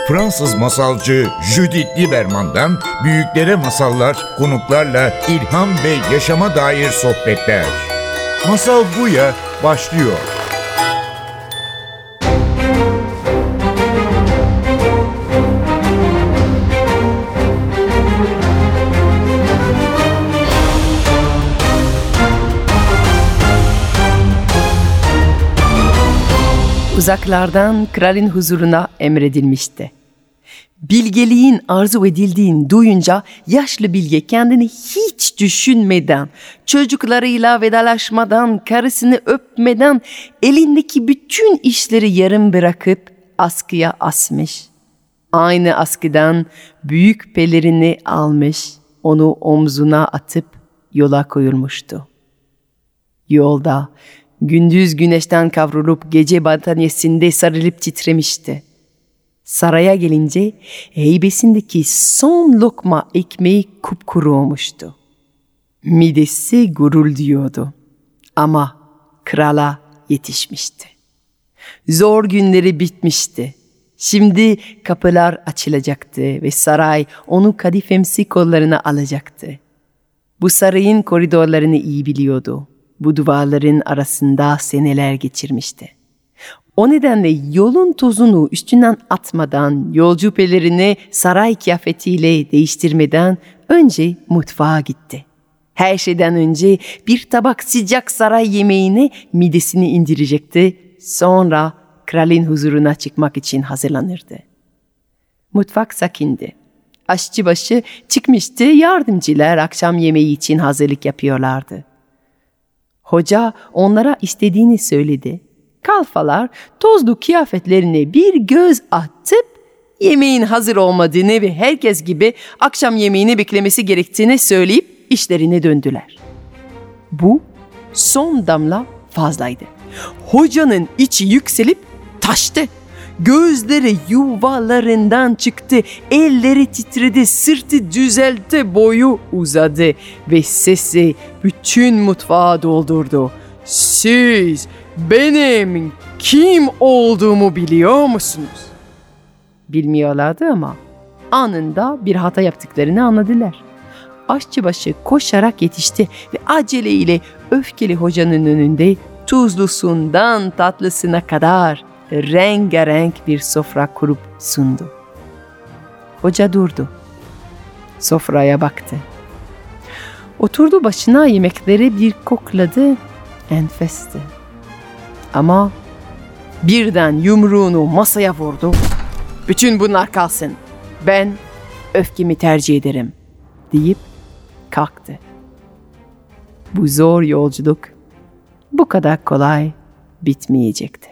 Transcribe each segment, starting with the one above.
Fransız masalcı Judith Lieberman'dan büyüklere masallar, konuklarla ilham ve yaşama dair sohbetler. Masal Buya başlıyor. Uzaklardan kralın huzuruna emredilmişti. Bilgeliğin arzu edildiğini duyunca yaşlı bilge kendini hiç düşünmeden, çocuklarıyla vedalaşmadan, karısını öpmeden elindeki bütün işleri yarım bırakıp askıya asmış. Aynı askıdan büyük pelerini almış, onu omzuna atıp yola koyulmuştu. Yolda gündüz güneşten kavrulup gece battaniyesinde sarılıp titremişti. Saraya gelince heybesindeki son lokma ekmeği kupkuru olmuştu. Midesi gurulduyordu ama krala yetişmişti. Zor günleri bitmişti. Şimdi kapılar açılacaktı ve saray onu kadifemsi kollarına alacaktı. Bu sarayın koridorlarını iyi biliyordu. Bu duvarların arasında seneler geçirmişti. O nedenle yolun tozunu üstünden atmadan, yolcu pelerini saray kıyafetiyle değiştirmeden önce mutfağa gitti. Her şeyden önce bir tabak sıcak saray yemeğine midesini indirecekti. Sonra kralın huzuruna çıkmak için hazırlanırdı. Mutfak sakindi. Aşçıbaşı çıkmıştı, yardımcılar akşam yemeği için hazırlık yapıyorlardı. Hoca onlara istediğini söyledi. Kalfalar tozlu kıyafetlerine bir göz atıp yemeğin hazır olmadığını ve herkes gibi akşam yemeğini beklemesi gerektiğini söyleyip işlerine döndüler. Bu son damla fazlaydı. Hocanın içi yükselip taştı. Gözleri yuvalarından çıktı, elleri titredi, sırtı düzeltti, boyu uzadı ve sesi bütün mutfağı doldurdu. Siz benim kim olduğumu biliyor musunuz? Bilmiyorlardı ama anında bir hata yaptıklarını anladılar. Aşçıbaşı koşarak yetişti ve aceleyle öfkeli hocanın önünde tuzlusundan tatlısına kadar rengarenk bir sofra kurup sundu. Hoca durdu. Sofraya baktı. Oturdu başına, yemekleri bir kokladı. Enfesti. Ama birden yumruğunu masaya vurdu. Bütün bunlar kalsın. Ben öfkemi tercih ederim deyip kalktı. Bu zor yolculuk bu kadar kolay bitmeyecekti.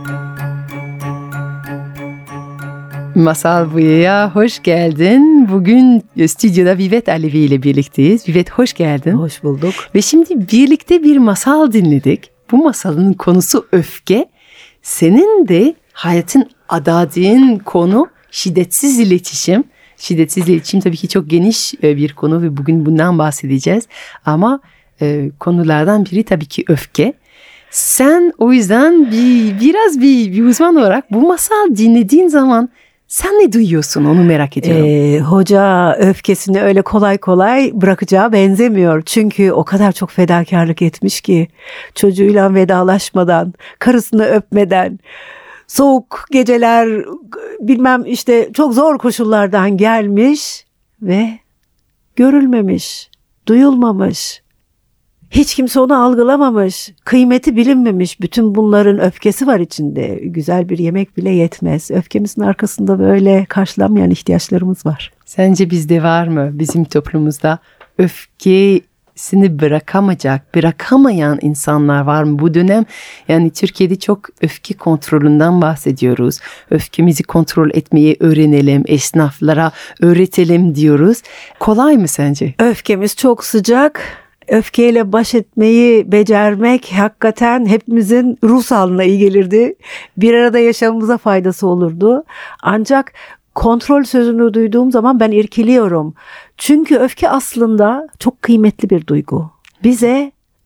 Masal Buya'ya hoş geldin. Bugün stüdyoda Vivet Alevi ile birlikteyiz. Vivet, hoş geldin. Hoş bulduk. Ve şimdi birlikte bir masal dinledik. Bu masalın konusu öfke. Senin de hayatın adadığın konu şiddetsiz iletişim. Şiddetsiz iletişim tabii ki çok geniş bir konu ve bugün bundan bahsedeceğiz. Ama konulardan biri tabii ki öfke. Sen o yüzden biraz bir uzman olarak bu masal dinlediğin zaman sen ne duyuyorsun, onu merak ediyorum. Hoca öfkesini öyle kolay kolay bırakacağı benzemiyor. Çünkü o kadar çok fedakarlık etmiş ki çocuğuyla vedalaşmadan, karısını öpmeden, soğuk geceler, bilmem işte çok zor koşullardan gelmiş ve görülmemiş, duyulmamış. Hiç kimse onu algılamamış, kıymeti bilinmemiş. Bütün bunların öfkesi var içinde. Güzel bir yemek bile yetmez. Öfkemizin arkasında böyle karşılanmayan ihtiyaçlarımız var. Sence bizde var mı, bizim toplumumuzda öfkesini bırakamayan insanlar var mı? Bu dönem yani Türkiye'de çok öfke kontrolünden bahsediyoruz. Öfkemizi kontrol etmeyi öğrenelim, esnaflara öğretelim diyoruz. Kolay mı sence? Öfkemiz çok sıcak. Öfkeyle baş etmeyi becermek hakikaten hepimizin ruh sağlığına iyi gelirdi. Bir arada yaşamımıza faydası olurdu. Ancak kontrol sözünü duyduğum zaman ben irkiliyorum. Çünkü öfke aslında çok kıymetli bir duygu. Bize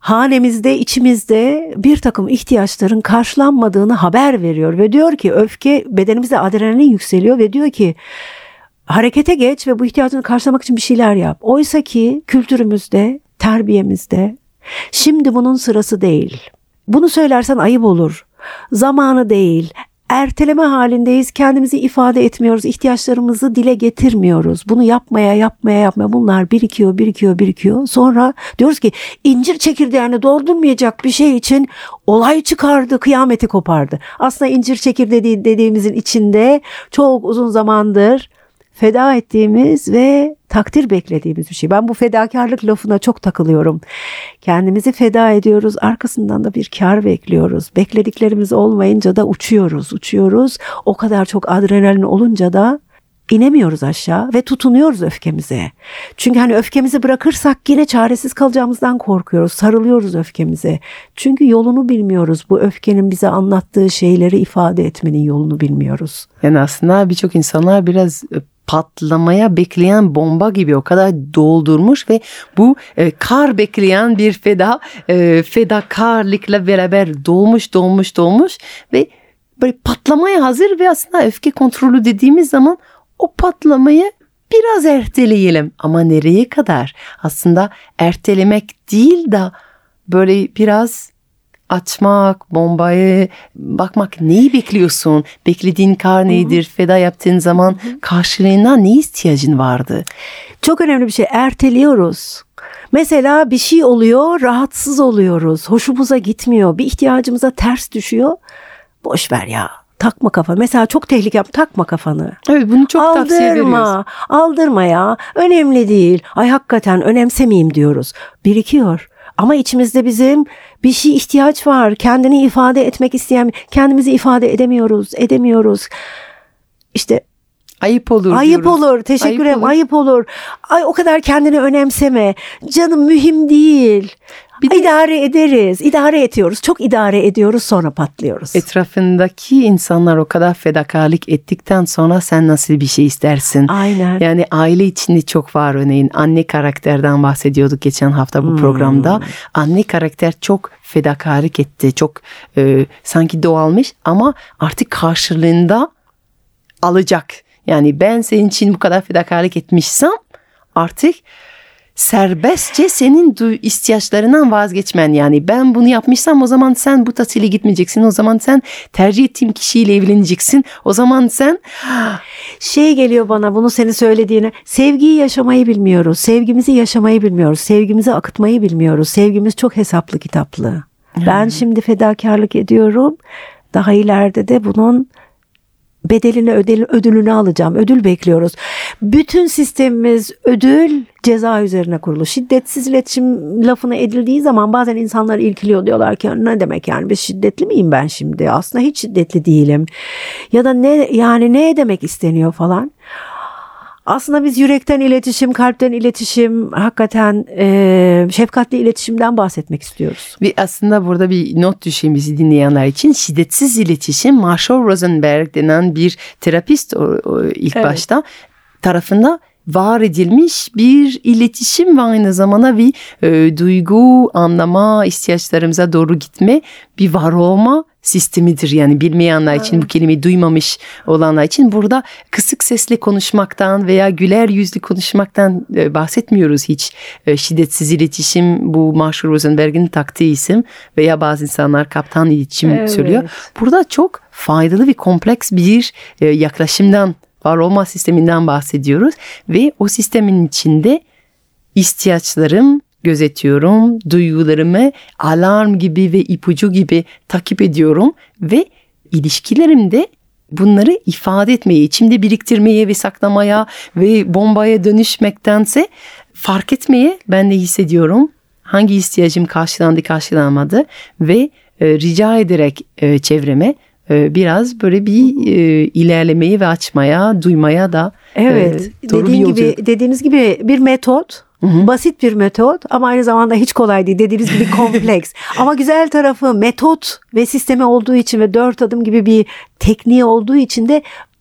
hanemizde, içimizde bir takım ihtiyaçların karşılanmadığını haber veriyor ve diyor ki öfke, bedenimizde adrenalin yükseliyor ve diyor ki harekete geç ve bu ihtiyacını karşılamak için bir şeyler yap. Oysa ki kültürümüzde, terbiyemizde şimdi bunun sırası değil. Bunu söylersen ayıp olur. Zamanı değil. Erteleme halindeyiz. Kendimizi ifade etmiyoruz. İhtiyaçlarımızı dile getirmiyoruz. Bunu yapmaya. Bunlar birikiyor. Sonra diyoruz ki incir çekirdeğini doldurmayacak bir şey için olay çıkardı, kıyameti kopardı. Aslında incir çekirdeği dediğimizin içinde çok uzun zamandır feda ettiğimiz ve takdir beklediğimiz bir şey. Ben bu fedakarlık lafına çok takılıyorum. Kendimizi feda ediyoruz, arkasından da bir kar bekliyoruz. Beklediklerimiz olmayınca da uçuyoruz. O kadar çok adrenalin olunca da inemiyoruz aşağı ve tutunuyoruz öfkemize. Çünkü hani öfkemizi bırakırsak yine çaresiz kalacağımızdan korkuyoruz. Sarılıyoruz öfkemize. Çünkü yolunu bilmiyoruz. Bu öfkenin bize anlattığı şeyleri ifade etmenin yolunu bilmiyoruz. Yani aslında birçok insanlar biraz patlamaya bekleyen bomba gibi o kadar doldurmuş ve bu kar bekleyen bir fedakarlıkla beraber dolmuş ve böyle patlamaya hazır ve aslında öfke kontrolü dediğimiz zaman o patlamayı biraz erteleyelim. Ama nereye kadar? Aslında ertelemek değil de böyle biraz açmak, bombayı bakmak, neyi bekliyorsun? Beklediğin kar nedir? Feda yaptığın zaman karşılığında ne ihtiyacın vardı? Çok önemli bir şey. Erteliyoruz. Mesela bir şey oluyor, rahatsız oluyoruz. Hoşumuza gitmiyor. Bir ihtiyacımıza ters düşüyor. Boş ver ya. Takma kafanı. Mesela çok tehlikeli, takma kafanı. Evet, bunu çok tavsiye veriyoruz. Aldırma ya. Önemli değil. Ay hakikaten önemsemeyeyim diyoruz. Birikiyor. Ama içimizde bizim bir şey ihtiyaç var. Kendini ifade etmek isteyen, kendimizi ifade edemiyoruz. İşte ayıp olur diyoruz. Teşekkür ederim. Ayıp olur. Ay o kadar kendini önemseme. Canım mühim değil. İdare ederiz. İdare ediyoruz. Çok idare ediyoruz, sonra patlıyoruz. Etrafındaki insanlar o kadar fedakarlık ettikten sonra sen nasıl bir şey istersin? Aynen. Yani aile içinde çok var örneğin. Anne karakterden bahsediyorduk geçen hafta bu programda. Anne karakter çok fedakarlık etti. Çok sanki doğalmış ama artık karşılığında alacak. Yani ben senin için bu kadar fedakarlık etmişsem artık serbestçe senin ihtiyaçlarından vazgeçmen, yani ben bunu yapmışsam o zaman sen bu tatile gitmeyeceksin, o zaman sen tercih ettiğim kişiyle evleneceksin, o zaman sen geliyor bana bunu senin söylediğine, sevgiyi yaşamayı bilmiyoruz, sevgimizi yaşamayı bilmiyoruz, sevgimizi akıtmayı bilmiyoruz, sevgimiz çok hesaplı kitaplı. Ben şimdi fedakarlık ediyorum, daha ileride de bunun bedelini ödülünü alacağım. Ödül bekliyoruz. Bütün sistemimiz ödül ceza üzerine kurulu. Şiddetsiz iletişim lafına edildiği zaman bazen insanlar irkiliyor, diyorlar ki ne demek yani, bir şiddetli miyim ben şimdi? Aslında hiç şiddetli değilim. Ya da ne demek isteniyor falan. Aslında biz yürekten iletişim, kalpten iletişim, hakikaten şefkatli iletişimden bahsetmek istiyoruz. Ve aslında burada bir not düşeyim bizi dinleyenler için. Şiddetsiz iletişim, Marshall Rosenberg denen bir terapist ilk başta tarafında var edilmiş bir iletişim ve aynı zamanda bir duygu, anlama, ihtiyaçlarımıza doğru gitme, bir var olma sistemidir. Yani bilmeyenler için, bu kelimeyi duymamış olanlar için burada kısık sesle konuşmaktan veya güler yüzlü konuşmaktan bahsetmiyoruz hiç. Şiddetsiz iletişim bu Marshall Rosenberg'in taktığı isim veya bazı insanlar kaptan iletişim söylüyor. Burada çok faydalı ve kompleks bir yaklaşımdan, var olma sisteminden bahsediyoruz ve o sistemin içinde ihtiyaçlarım gözetiyorum, duygularımı alarm gibi ve ipucu gibi takip ediyorum ve ilişkilerimde bunları ifade etmeye, içimde biriktirmeye ve saklamaya ve bombaya dönüşmektense fark etmeye ben de hissediyorum. Hangi ihtiyacım karşılanmadı ve rica ederek çevreme biraz böyle bir ilerlemeyi ve açmaya, duymaya da doğru bir yolculuk. Dediğiniz gibi bir metot. Basit bir metot ama aynı zamanda hiç kolay değil. Dediğiniz gibi kompleks. Ama güzel tarafı metot ve sistemi olduğu için ve 4 adım gibi bir tekniği olduğu için de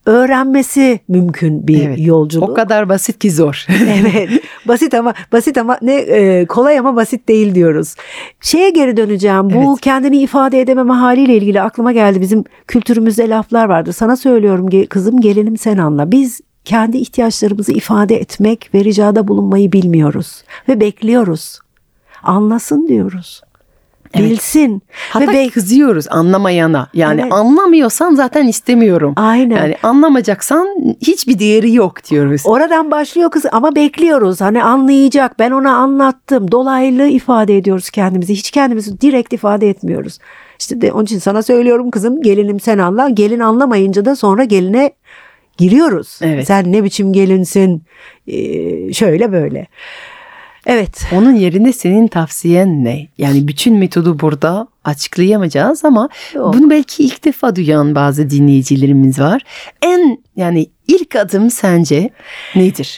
öğrenmesi mümkün bir Evet. yolculuk. O kadar basit ki zor. Evet, basit ama ne kolay ama basit değil diyoruz. Şeye geri döneceğim. Bu Evet. kendini ifade edememe haliyle ilgili aklıma geldi. Bizim kültürümüzde laflar vardır. Sana söylüyorum kızım, gelinim sen anla. Biz kendi ihtiyaçlarımızı ifade etmek ve ricada bulunmayı bilmiyoruz ve bekliyoruz. Anlasın diyoruz. Evet. Bilsin. Hatta Ve kızıyoruz anlamayana. Yani Evet. anlamıyorsan zaten istemiyorum. Aynen. Yani anlamayacaksan hiçbir değeri yok diyoruz. Oradan başlıyor kız ama bekliyoruz. Hani anlayacak. Ben ona anlattım. Dolaylı ifade ediyoruz kendimizi. Hiç kendimizi direkt ifade etmiyoruz. İşte de onun için sana söylüyorum kızım, gelinim sen anla. Gelin anlamayınca da sonra geline giriyoruz. Evet. Sen ne biçim gelinsin? Şöyle böyle. Evet. Onun yerine senin tavsiyen ne? Yani bütün metodu burada açıklayamayacağız ama Yok. bunu belki ilk defa duyan bazı dinleyicilerimiz var. Yani ilk adım sence nedir?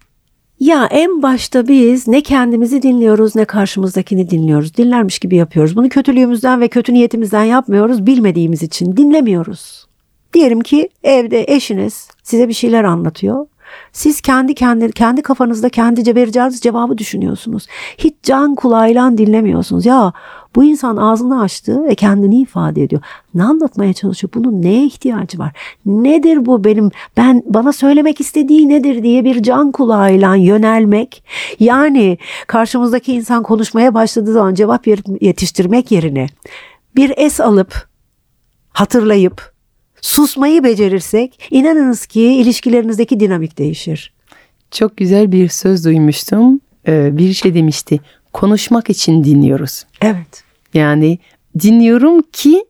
Ya en başta biz ne kendimizi dinliyoruz ne karşımızdakini dinliyoruz. Dinlermiş gibi yapıyoruz. Bunu kötülüğümüzden ve kötü niyetimizden yapmıyoruz. Bilmediğimiz için dinlemiyoruz. Diyelim ki evde eşiniz size bir şeyler anlatıyor. Siz kendi kafanızda kendice vereceğiniz cevabı düşünüyorsunuz. Hiç can kulağıyla dinlemiyorsunuz. Ya bu insan ağzını açtı ve kendini ifade ediyor. Ne anlatmaya çalışıyor? Bunun neye ihtiyacı var? Nedir bu bana söylemek istediği nedir diye bir can kulağıyla yönelmek. Yani karşımızdaki insan konuşmaya başladığı zaman cevap yetiştirmek yerine bir es alıp hatırlayıp susmayı becerirsek inanınız ki ilişkilerinizdeki dinamik değişir. Çok güzel bir söz duymuştum. Bir şey demişti. Konuşmak için dinliyoruz. Evet. Yani dinliyorum ki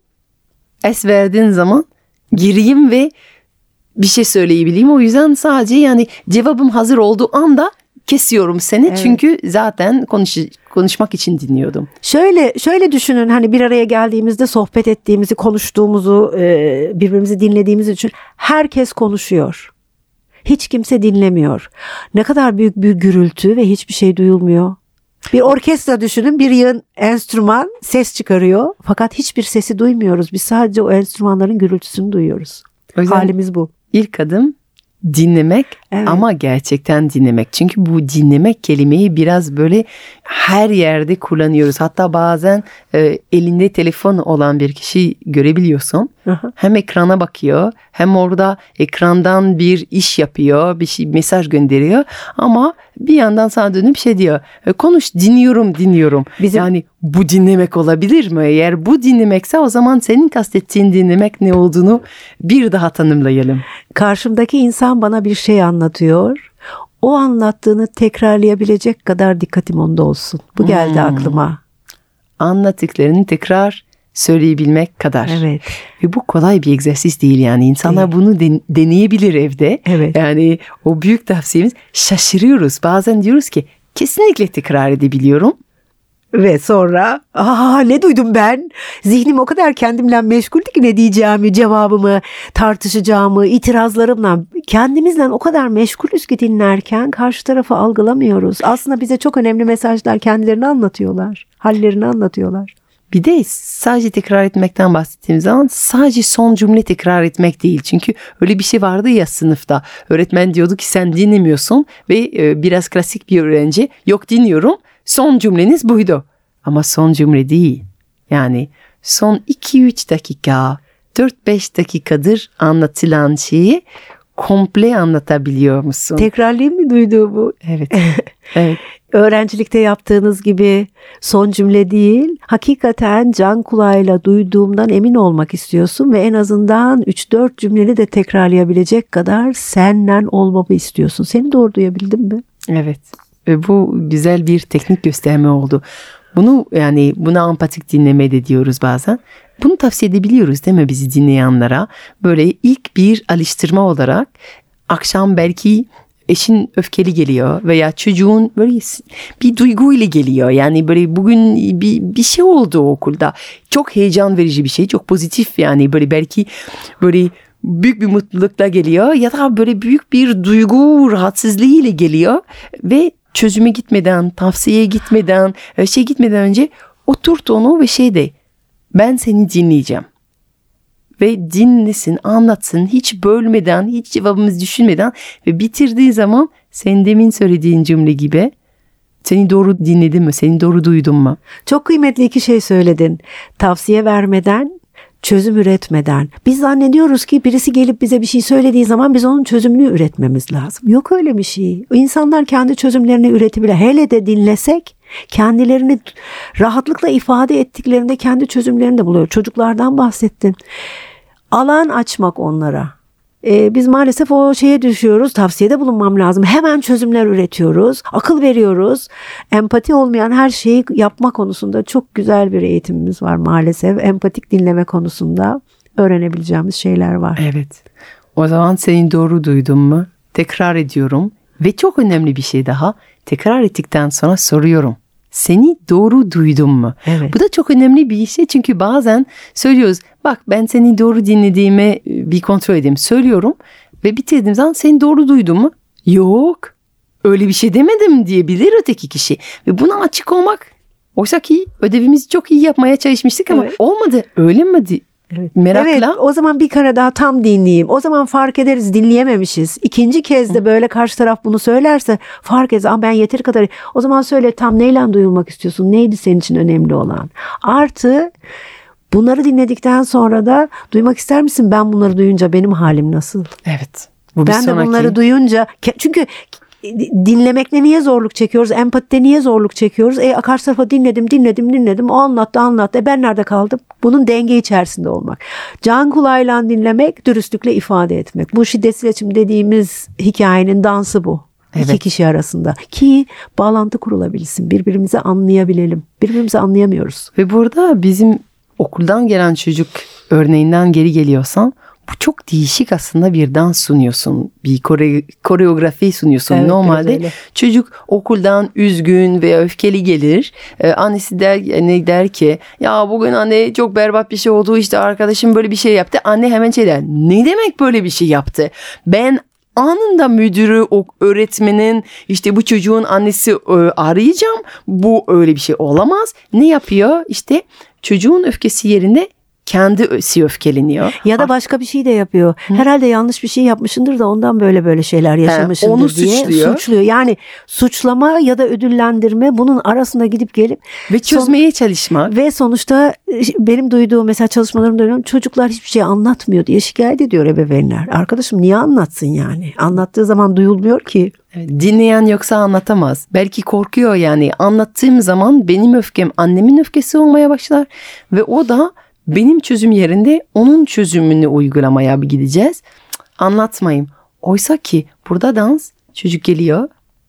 es verdiğin zaman gireyim ve bir şey söyleyebileyim. O yüzden sadece yani cevabım hazır olduğu anda kesiyorum seni. Evet. Çünkü zaten konuşmak için dinliyordum. Şöyle düşünün, hani bir araya geldiğimizde sohbet ettiğimizi, konuştuğumuzu, birbirimizi dinlediğimiz için herkes konuşuyor. Hiç kimse dinlemiyor. Ne kadar büyük bir gürültü ve hiçbir şey duyulmuyor. Bir orkestra düşünün, bir yığın enstrüman ses çıkarıyor fakat hiçbir sesi duymuyoruz. Biz sadece o enstrümanların gürültüsünü duyuyoruz. O yüzden Halimiz bu. İlk adım dinlemek, Evet. ama gerçekten dinlemek. Çünkü bu dinlemek kelimeyi biraz böyle her yerde kullanıyoruz. Hatta bazen elinde telefon olan bir kişi görebiliyorsun. Aha. Hem ekrana bakıyor hem orada ekrandan bir iş yapıyor, bir şey, mesaj gönderiyor. Ama bir yandan sana dönüp şey diyor. Konuş, dinliyorum. Yani bu dinlemek olabilir mi? Eğer bu dinlemekse o zaman senin kastettiğin dinlemek ne olduğunu bir daha tanımlayalım. Karşımdaki insan bana bir şey anlatıyor. O anlattığını tekrarlayabilecek kadar dikkatim onda olsun. Bu geldi aklıma. Anlattıklarını tekrar söyleyebilmek kadar. Evet. Ve bu kolay bir egzersiz değil yani. İnsanlar bunu deneyebilir evde. Evet. Yani o büyük tavsiyemiz, şaşırıyoruz. Bazen diyoruz ki kesinlikle tekrar edebiliyorum. Ve sonra ne duydum ben? Zihnim o kadar kendimle meşguldü ki ne diyeceğimi, cevabımı, tartışacağımı, itirazlarımla kendimizle o kadar meşgulüz ki dinlerken karşı tarafı algılamıyoruz. Aslında bize çok önemli mesajlar kendilerini anlatıyorlar. Hallerini anlatıyorlar. Bir de sadece tekrar etmekten bahsettiğimiz zaman sadece son cümle tekrar etmek değil. Çünkü öyle bir şey vardı ya sınıfta. Öğretmen diyordu ki sen dinlemiyorsun ve biraz klasik bir öğrenci, yok dinliyorum. Son cümleniz buydu. Ama son cümle değil. Yani son 2-3 dakika, 4-5 dakikadır anlatılan şeyi komple anlatabiliyor musun? Tekrarlayayım mı duyduğu bu? Evet. Evet. Öğrencilikte yaptığınız gibi son cümle değil, hakikaten can kulağıyla duyduğumdan emin olmak istiyorsun ve en azından 3-4 cümleni de tekrarlayabilecek kadar senden olmamı istiyorsun. Seni doğru duyabildim mi? Evet. Ve bu güzel bir teknik gösterme oldu. Buna empatik dinleme de diyoruz bazen. Bunu tavsiye edebiliyoruz değil mi bizi dinleyenlere? Böyle ilk bir alıştırma olarak akşam belki eşin öfkeli geliyor veya çocuğun böyle bir duyguyla geliyor. Yani böyle bugün bir şey oldu okulda. Çok heyecan verici bir şey, çok pozitif yani böyle belki böyle büyük bir mutlulukla geliyor ya da böyle büyük bir duygu rahatsızlığıyla geliyor ve çözüme gitmeden, tavsiyeye gitmeden, gitmeden önce oturt onu ve ben seni dinleyeceğim. ve dinlesin, anlatsın, hiç bölmeden, hiç cevabımızı düşünmeden ve bitirdiği zaman senin demin söylediğin cümle gibi seni doğru dinledim mi, seni doğru duydum mu? Çok kıymetli iki şey söyledin. Tavsiye vermeden, çözüm üretmeden. Biz zannediyoruz ki birisi gelip bize bir şey söylediği zaman biz onun çözümünü üretmemiz lazım. Yok öyle bir şey. İnsanlar kendi çözümlerini üretebilir. Hele de dinlesek kendilerini rahatlıkla ifade ettiklerinde kendi çözümlerini de buluyor. Çocuklardan bahsettin. Alan açmak onlara. Biz maalesef o şeye düşüyoruz. Tavsiyede bulunmam lazım. Hemen çözümler üretiyoruz. Akıl veriyoruz. Empati olmayan her şeyi yapma konusunda çok güzel bir eğitimimiz var maalesef. Empatik dinleme konusunda öğrenebileceğimiz şeyler var. Evet. O zaman seni doğru duydum mu? Tekrar ediyorum. Ve çok önemli bir şey daha. Tekrar ettikten sonra soruyorum. Seni doğru duydum mu? Evet. Bu da çok önemli bir şey çünkü bazen söylüyoruz. Bak ben seni doğru dinlediğimi bir kontrol edeyim. Söylüyorum ve bitirdiğim zaman seni doğru duydum mu? Yok. Öyle bir şey demedim diyebilir öteki kişi. Ve buna açık olmak. Oysa ki ödevimizi çok iyi yapmaya çalışmıştık ama olmadı. Öyle mi? Evet. Merakla. Evet, o zaman bir kere daha tam dinleyeyim. O zaman fark ederiz dinleyememişiz. İkinci kez de böyle karşı taraf bunu söylerse fark ederiz. Ben yeteri kadar. O zaman söyle tam neyle duyulmak istiyorsun? Neydi senin için önemli olan? Artı bunları dinledikten sonra da duymak ister misin? Ben bunları duyunca benim halim nasıl? Evet. Bu bir Ben de sonraki... bunları duyunca çünkü dinlemekle niye zorluk çekiyoruz? Empatide niye zorluk çekiyoruz? Karşı tarafa dinledim. O anlattı. Ben nerede kaldım? Bunun denge içerisinde olmak. Can kulağıyla dinlemek, dürüstlükle ifade etmek. Bu şiddetsiz iletişim dediğimiz hikayenin dansı bu. Evet. İki kişi arasında. Ki bağlantı kurulabilsin. Birbirimizi anlayabilelim. Birbirimizi anlayamıyoruz. Ve burada bizim okuldan gelen çocuk örneğinden geri geliyorsan bu çok değişik aslında bir dans sunuyorsun. Bir koreografi sunuyorsun. Evet, normalde çocuk okuldan üzgün veya öfkeli gelir. Annesi der ki ya bugün anne çok berbat bir şey oldu. İşte arkadaşım böyle bir şey yaptı. Anne hemen şey der. Ne demek böyle bir şey yaptı? Ben anında müdürü, o öğretmenin işte bu çocuğun annesi arayacağım. Bu öyle bir şey olamaz. Ne yapıyor? İşte çocuğun öfkesi yerinde kendisi öfkeleniyor. Ya da başka bir şey de yapıyor. Herhalde yanlış bir şey yapmışındır da ondan böyle şeyler yaşamışındır onu diye suçluyor. Yani suçlama ya da ödüllendirme bunun arasında gidip gelip ve çözmeye çalışmak. Ve sonuçta benim duyduğum mesela çalışmalarımda dönüyorum, çocuklar hiçbir şey anlatmıyor diye şikayet ediyor ebeveynler. Arkadaşım niye anlatsın yani? Anlattığı zaman duyulmuyor ki. Evet, dinleyen yoksa anlatamaz. Belki korkuyor yani. Anlattığım zaman benim öfkem annemin öfkesi olmaya başlar ve o da benim çözüm yerinde onun çözümünü uygulamaya bir gideceğiz. Anlatmayayım. Oysa ki burada dans, çocuk geliyor.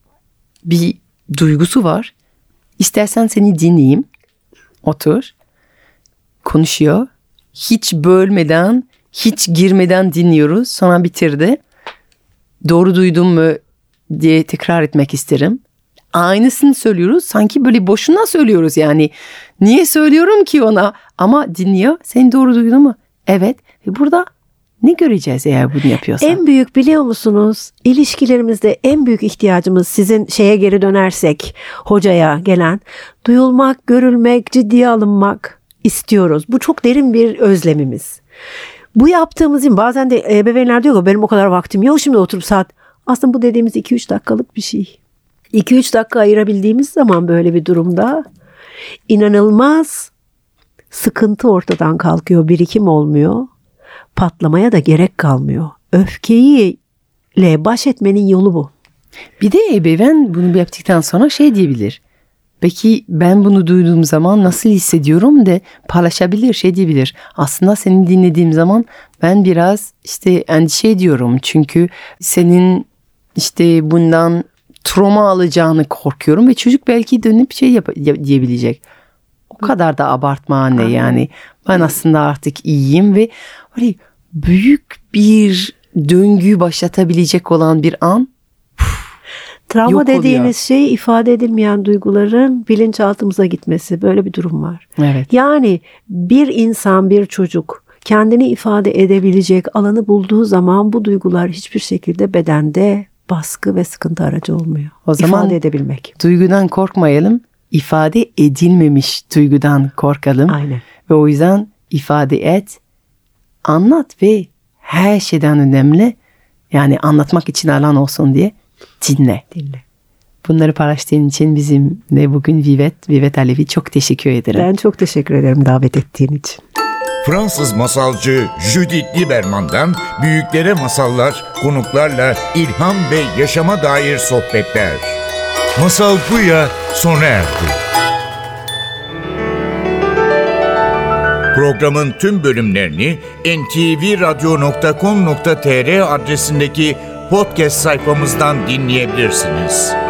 Bir duygusu var. İstersen seni dinleyeyim. Otur. Konuşuyor. Hiç bölmeden, hiç girmeden dinliyoruz. Sonra bitirdi. Doğru duydum mu diye tekrar etmek isterim. Aynısını söylüyoruz. Sanki böyle boşuna söylüyoruz yani. Niye söylüyorum ki ona? Ama dinliyor. Sen doğru duydun mu? Evet. Ve burada ne göreceğiz eğer bunu yapıyorsan? En büyük biliyor musunuz? İlişkilerimizde en büyük ihtiyacımız sizin şeye geri dönersek hocaya gelen duyulmak, görülmek, ciddiye alınmak istiyoruz. Bu çok derin bir özlemimiz. Bu yaptığımız için bazen de ebeveynler diyor ki benim o kadar vaktim yok şimdi oturup saat. Aslında bu dediğimiz 2-3 dakikalık bir şey. 2-3 dakika ayırabildiğimiz zaman böyle bir durumda inanılmaz sıkıntı ortadan kalkıyor, birikim olmuyor, patlamaya da gerek kalmıyor. Öfkeyle baş etmenin yolu bu. Bir de ebeveyn bunu yaptıktan sonra şey diyebilir. Peki ben bunu duyduğum zaman nasıl hissediyorum de paylaşabilir, şey diyebilir. Aslında seni dinlediğim zaman ben biraz işte endişe ediyorum. Çünkü senin işte bundan travma alacağını korkuyorum ve çocuk belki dönüp şey diyebilecek. O kadar da abartma anne yani. Ben aslında artık iyiyim ve öyle büyük bir döngü başlatabilecek olan bir an. Travma dediğiniz şey ifade edilmeyen duyguların bilinçaltımıza gitmesi. Böyle bir durum var. Evet. Yani bir insan, bir çocuk kendini ifade edebilecek alanı bulduğu zaman bu duygular hiçbir şekilde bedende baskı ve sıkıntı aracı olmuyor. O zaman ifade edebilmek. Duygudan korkmayalım. İfade edilmemiş duygudan korkalım. Aynen. Ve o yüzden ifade et. anlat ve her şeyden önemli, yani anlatmak için alan olsun diye dinle. Bunları paylaştığın için bizimle bugün Vivet Alevi, çok teşekkür ederim. Ben çok teşekkür ederim davet ettiğin için. Fransız masalcı Judith Lieberman'dan büyüklere masallar, konuklarla ilham ve yaşama dair sohbetler. Masal Buya sona erdi. Programın tüm bölümlerini ntvradio.com.tr adresindeki podcast sayfamızdan dinleyebilirsiniz.